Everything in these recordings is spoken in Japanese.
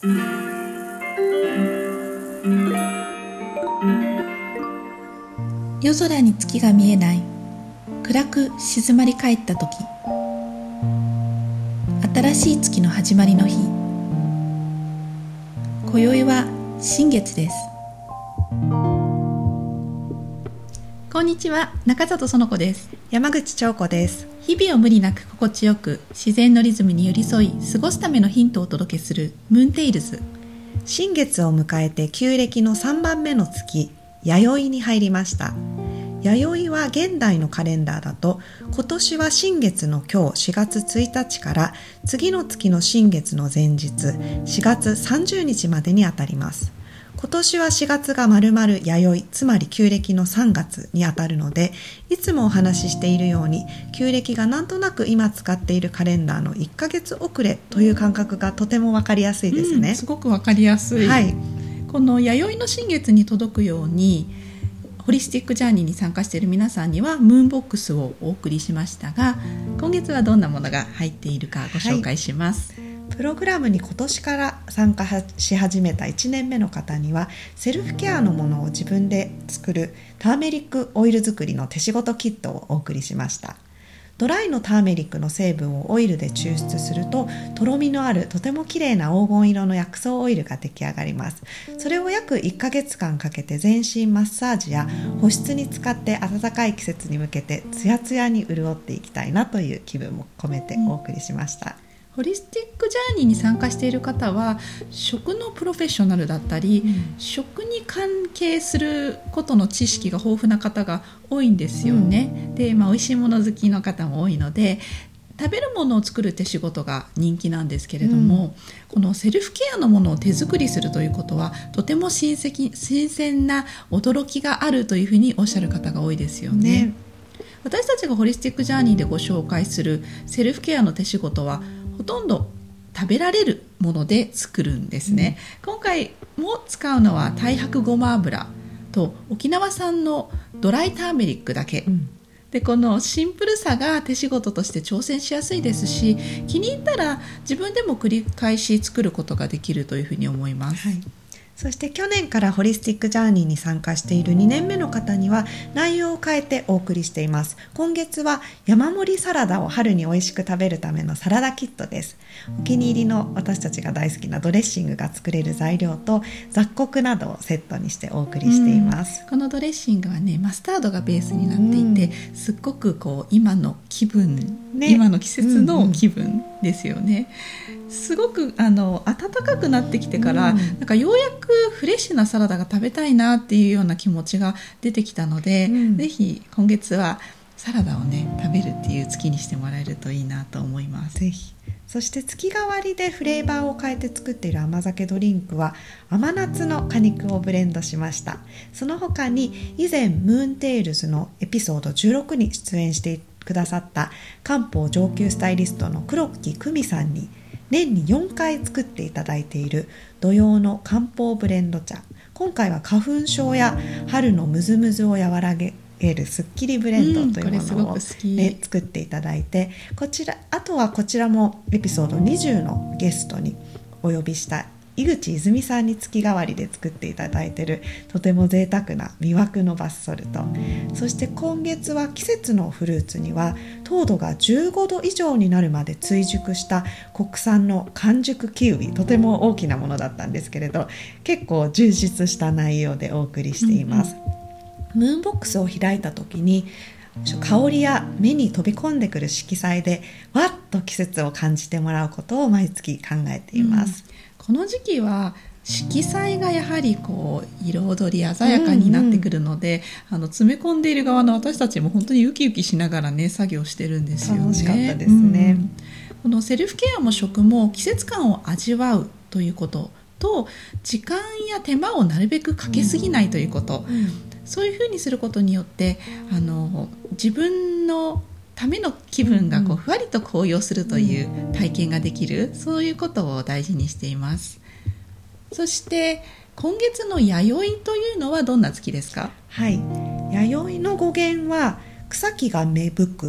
夜空に月が見えない。暗く静まり返った時、新しい月の始まりの日。今宵は新月です。こんにちは、中里園子です。 山口彫子です。 日々を無理なく心地よく自然のリズムに寄り添い過ごすためのヒントをお届けするムーンテイルズ。 新月を迎えて旧暦の3番目の月、弥生に入りました。弥生は現代のカレンダーだと今年は新月の今日4月1日から次の月の新月の前日4月30日までにあたります。今年は4月が丸々弥生、つまり旧暦の3月にあたるので、いつもお話ししているように旧暦がなんとなく今使っているカレンダーの1ヶ月遅れという感覚がとても分かりやすいですね。 すごく分かりやすい、はい、この弥生の新月に届くようにホリスティックジャーニーに参加している皆さんにはムーンボックスをお送りしましたが、今月はどんなものが入っているかご紹介します。 プログラムに今年から参加し始めた1年目の方にはセルフケアのものを自分で作るターメリックオイル作りの手仕事キットをお送りしました。ドライのターメリックの成分をオイルで抽出するととろみのあるとても綺麗な黄金色の薬草オイルが出来上がります。それを約1ヶ月間かけて全身マッサージや保湿に使って暖かい季節に向けてツヤツヤに潤っていきたいなという気分も込めてお送りしました。 ホリスティックジャーニーに参加している方は食のプロフェッショナルだったり、食に関係することの知識が豊富な方が多いんですよね。で、美味しいもの好きの方も多いので食べるものを作るって仕事が人気なんですけれども、このセルフケアのものを手作りするということはとても新鮮な驚きがあるというふうにおっしゃる方が多いですよね。私たちがホリスティックジャーニーでご紹介するセルフケアの手仕事はほとんど食べられるもので作るんですね。今回も使うのは太白ごま油と沖縄産のドライターメリックだけ、でこのシンプルさが手仕事として挑戦しやすいですし、気に入ったら自分でも繰り返し作ることができるというふうに思います。 そして去年からホリスティックジャーニーに参加している2年目の方には内容を変えてお送りしています。今月は山盛りサラダを春に美味しく食べるためのサラダキットです。お気に入りの私たちが大好きなドレッシングが作れる材料と雑穀などをセットにしてお送りしています。 このドレッシングはね、マスタードがベースになっていて、すっごく今の気分、今の季節の気分ですよね。すごく暖かくなってきてから、なんかようやくフレッシュなサラダが食べたいなっていうような気持ちが出てきたので、ぜひ今月はサラダをね食べるっていう月にしてもらえるといいなと思います。 ぜひ。そして月替わりでフレーバーを変えて作っている甘酒ドリンクは甘夏の果肉をブレンドしました。その他に以前ムーンテイルズのエピソード16に出演してくださった漢方上級スタイリストの黒木久美さんに年に4回作っていただいている土曜の漢方ブレンド茶。今回は花粉症や春のムズムズを和らげるすっきりブレンドというものを、作っていただいて、あとはこちらもエピソード20のゲストにお呼びした井口泉さんに月替わりで作っていただいているとても贅沢な魅惑のバスソルト。そして今月は季節のフルーツには糖度が15度以上になるまで追熟した国産の完熟キウイ、とても大きなものだったんですけれど結構充実した内容でお送りしています。ムーンボックスを開いた時に香りや目に飛び込んでくる色彩でわっと季節を感じてもらうことを毎月考えています。 この時期は色彩がやはり彩り鮮やかになってくるので、詰め込んでいる側の私たちも本当にウキウキしながらね作業してるんですよね。 楽しかったですね。 このセルフケアも食も季節感を味わうということと、時間や手間をなるべくかけすぎないということ、そういうふうにすることによって自分のための気分がふわりと高揚するという体験ができる、そういうことを大事にしています。そして今月の弥生というのはどんな月ですか？ 弥生の語源は草木が芽吹く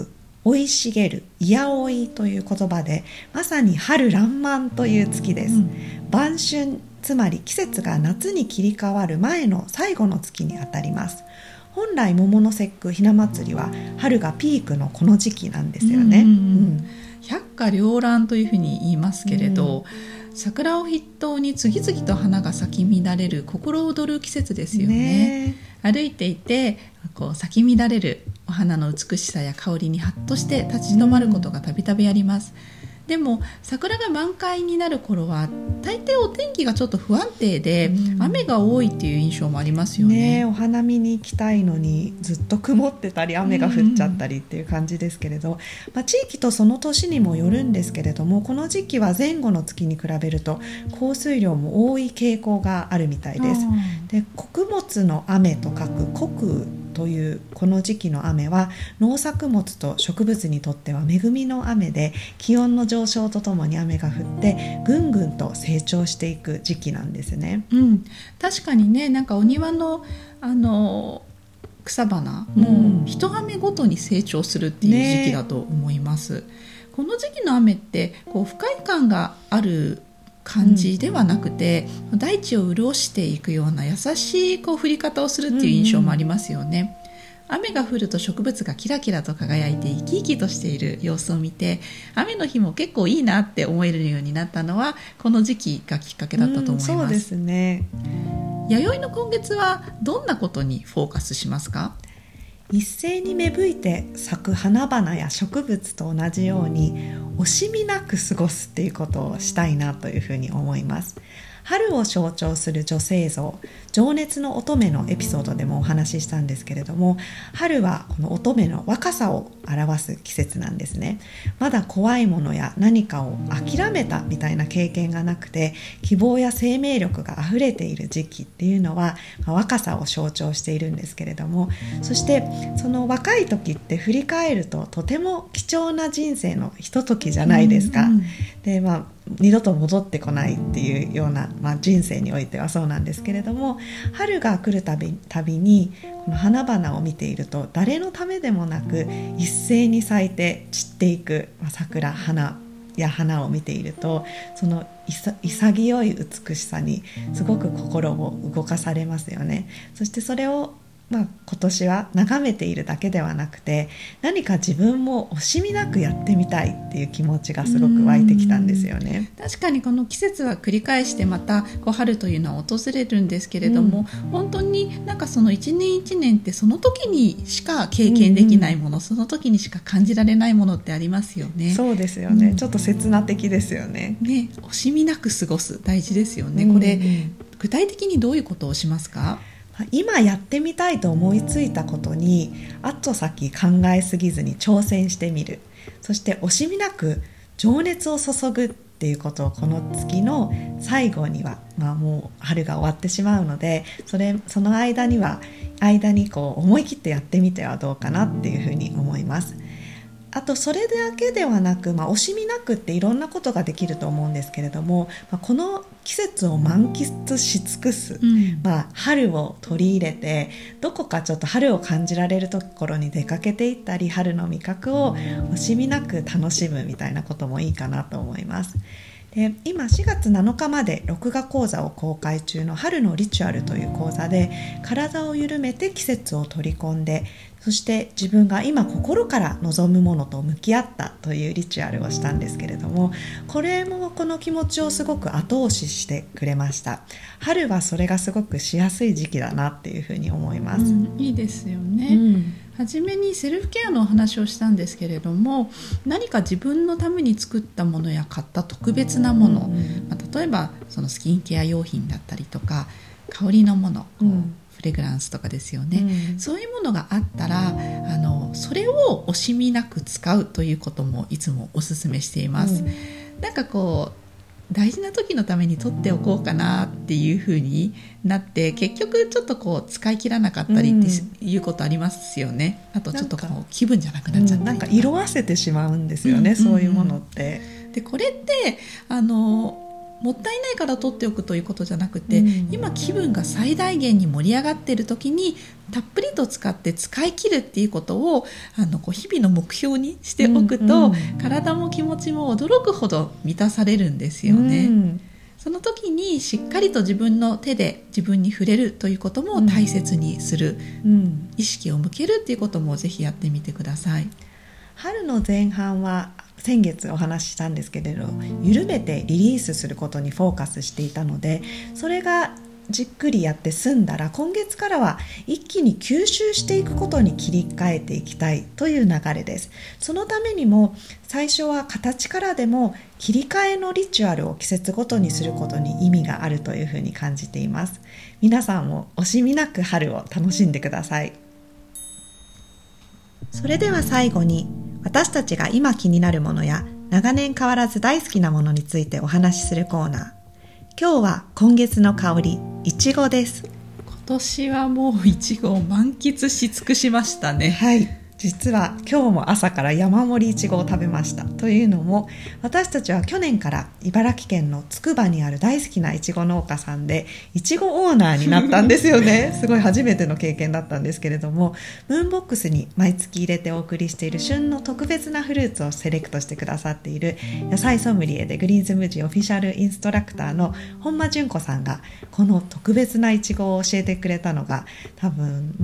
生い茂るいやおいという言葉で、まさに春爛漫という月です。晩春、つまり季節が夏に切り替わる前の最後の月にあたります。本来桃の節句ひな祭りは春がピークのこの時期なんですよね。 百花繚乱というふうに言いますけれど、桜を筆頭に次々と花が咲き乱れる心躍る季節ですよね。歩いていてこう咲き乱れるお花の美しさや香りにハッとして立ち止まることがたびたびあります。でも桜が満開になる頃は大抵お天気がちょっと不安定で、雨が多いっていう印象もありますよね。 お花見に行きたいのにずっと曇ってたり雨が降っちゃったりっていう感じですけれど、地域とその年にもよるんですけれども、この時期は前後の月に比べると降水量も多い傾向があるみたいです。で、穀物の雨と書く穀というこの時期の雨は農作物と植物にとっては恵みの雨で、気温の上昇とともに雨が降ってぐんぐんと成長していく時期なんですね。 確かにね、なんかお庭の草花も一雨ごとに成長するっていう時期だと思います。この時期の雨ってこう不快感がある感じではなくて、大地を潤していくような優しいこう降り方をするっていう印象もありますよね。雨が降ると植物がキラキラと輝いて生き生きとしている様子を見て、雨の日も結構いいなって思えるようになったのはこの時期がきっかけだったと思います。 そうですね。 弥生の今月はどんなことにフォーカスしますか？ 一斉に芽吹いて咲く花々や植物と同じように惜しみなく過ごすっていうことをしたいなというふうに思います。春を象徴する女性像、情熱の乙女のエピソードでもお話ししたんですけれども、春はこの乙女の若さを表す季節なんですね。まだ怖いものや何かを諦めたみたいな経験がなくて、希望や生命力があふれている時期っていうのは、若さを象徴しているんですけれども、そしてその若い時って振り返るととても貴重な人生のひとときじゃないですか。で、二度と戻ってこないっていうような、人生においてはそうなんですけれども、春が来るたびにこの花々を見ていると、誰のためでもなく一斉に咲いて散っていく、桜花を見ていると、その潔い美しさにすごく心を動かされますよね。そしてそれを今年は眺めているだけではなくて、何か自分も惜しみなくやってみたいっていう気持ちがすごく湧いてきたんですよね。 確かにこの季節は繰り返してまた春というのは訪れるんですけれども、本当になんかその一年一年ってその時にしか経験できないもの、その時にしか感じられないものってありますよね。 そうですよね、ちょっと切な的ですよね。 惜しみなく過ごす、大事ですよね。これ、具体的にどういうことをしますか？ 今やってみたいと思いついたことに後先考えすぎずに挑戦してみる。そして惜しみなく情熱を注ぐっていうことをこの月の最後には、もう春が終わってしまうので、その間にこう思い切ってやってみてはどうかなっていうふうに思います。あとそれだけではなく、惜しみなくっていろんなことができると思うんですけれども、この季節を満喫し尽くす、春を取り入れてどこかちょっと春を感じられるところに出かけていったり、春の味覚を惜しみなく楽しむみたいなこともいいかなと思います。で、今4月7日まで録画講座を公開中の春のリチュアルという講座で、体を緩めて季節を取り込んで、そして自分が今心から望むものと向き合ったというリチュアルをしたんですけれども、これもこの気持ちをすごく後押ししてくれました。春はそれがすごくしやすい時期だなっていうふうに思います。 いいですよね。はじめにセルフケアのお話をしたんですけれども、何か自分のために作ったものや買った特別なもの、例えばそのスキンケア用品だったりとか香りのもの、フレグランスとかですよね、そういうものがあったらそれを惜しみなく使うということもいつもお勧めしています。なんかこう大事な時のために取っておこうかなっていう風になって、結局ちょっとこう使い切らなかったりっていうことありますよね。あとちょっとこう気分じゃなくなっちゃったり、 なんか色あせてしまうんですよね、そういうものって。 でこれってもったいないから取っておくということじゃなくて、今気分が最大限に盛り上がっている時にたっぷりと使って使い切るっていうことを日々の目標にしておくと、体も気持ちも驚くほど満たされるんですよね。その時にしっかりと自分の手で自分に触れるということも大切にする、意識を向けるっていうこともぜひやってみてください。 春の前半は先月お話ししたんですけれど、緩めてリリースすることにフォーカスしていたので、それがじっくりやって済んだら、今月からは一気に吸収していくことに切り替えていきたいという流れです。そのためにも最初は形からでも切り替えのリチュアルを季節ごとにすることに意味があるというふうに感じています。皆さんも惜しみなく春を楽しんでください。それでは最後に、私たちが今気になるものや長年変わらず大好きなものについてお話しするコーナー。今日は今月の香り、いちごです。 今年はもういちごを満喫し尽くしましたね。 はい、実は今日も朝から山盛りいちごを食べました。というのも、私たちは去年から茨城県のつくばにある大好きなイチゴ農家さんでいちごオーナーになったんですよね。すごい初めての経験だったんですけれども、ムーンボックスに毎月入れてお送りしている旬の特別なフルーツをセレクトしてくださっている野菜ソムリエでグリーンスムージーオフィシャルインストラクターの本間純子さんが、この特別なイチゴを教えてくれたのが多分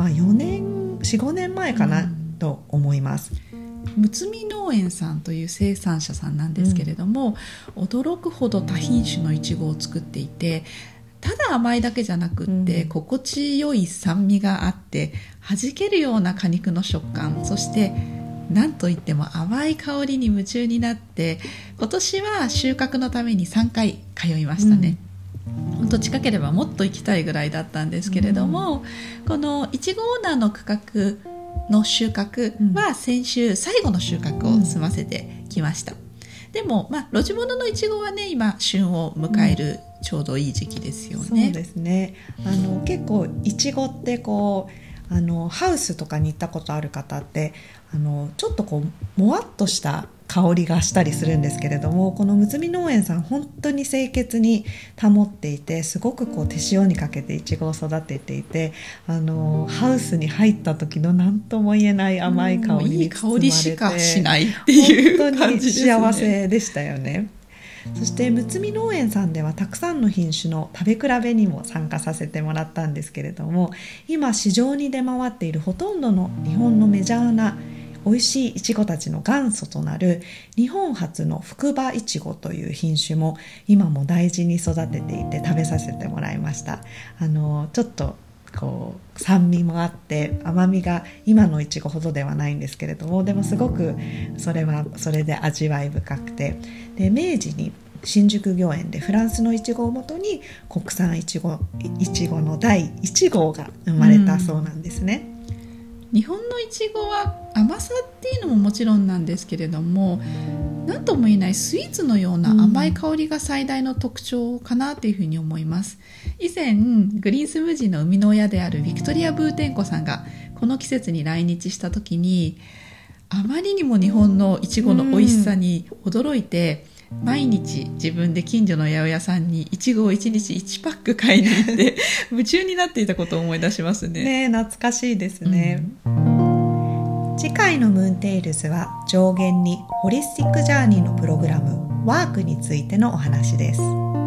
4、5年前かな、と思います。 むつみ農園さんという生産者さんなんですけれども、驚くほど多品種のいちごを作っていて、ただ甘いだけじゃなくって、心地よい酸味があって弾けるような果肉の食感、そして何といっても甘い香りに夢中になって、今年は収穫のために3回通いましたね。本当近ければもっと行きたいぐらいだったんですけれども、このいちごオーナーの区画の収穫は先週最後の収穫を済ませてきました。でも露地物のいちごはね、今旬を迎えるちょうどいい時期ですよね。 そうですね。結構いちごってハウスとかに行ったことある方ってちょっともわっとした香りがしたりするんですけれども、このむつみ農園さん本当に清潔に保っていて、すごく手塩にかけていちごを育てていて、ハウスに入った時の何とも言えない甘い香りに包まれて、いい香りしかしないっていう感じですね。本当に幸せでしたよね。そしてむつみ農園さんではたくさんの品種の食べ比べにも参加させてもらったんですけれども、今市場に出回っているほとんどの日本のメジャーな美味しいいちごたちの元祖となる日本初の福葉いちごという品種も今も大事に育てていて食べさせてもらいました。ちょっと酸味もあって甘みが今のいちごほどではないんですけれども、でもすごくそれはそれで味わい深くて、で明治に新宿御苑でフランスのいちごをもとに国産いちごの第1号が生まれたそうなんですね。 日本のいちごは甘さっていうのももちろんなんですけれども、何とも言えないスイーツのような甘い香りが最大の特徴かなというふうに思います。以前グリーンスムージーの生みの親であるビクトリア・ブーテンコさんがこの季節に来日した時に、あまりにも日本のいちごの美味しさに驚いて、毎日自分で近所の八百屋さんにいちごを1日1パック買いに行って夢中になっていたことを思い出しますね。 懐かしいですね。次回のムーンテイルズは上限にホリスティックジャーニーのプログラムワークについてのお話です。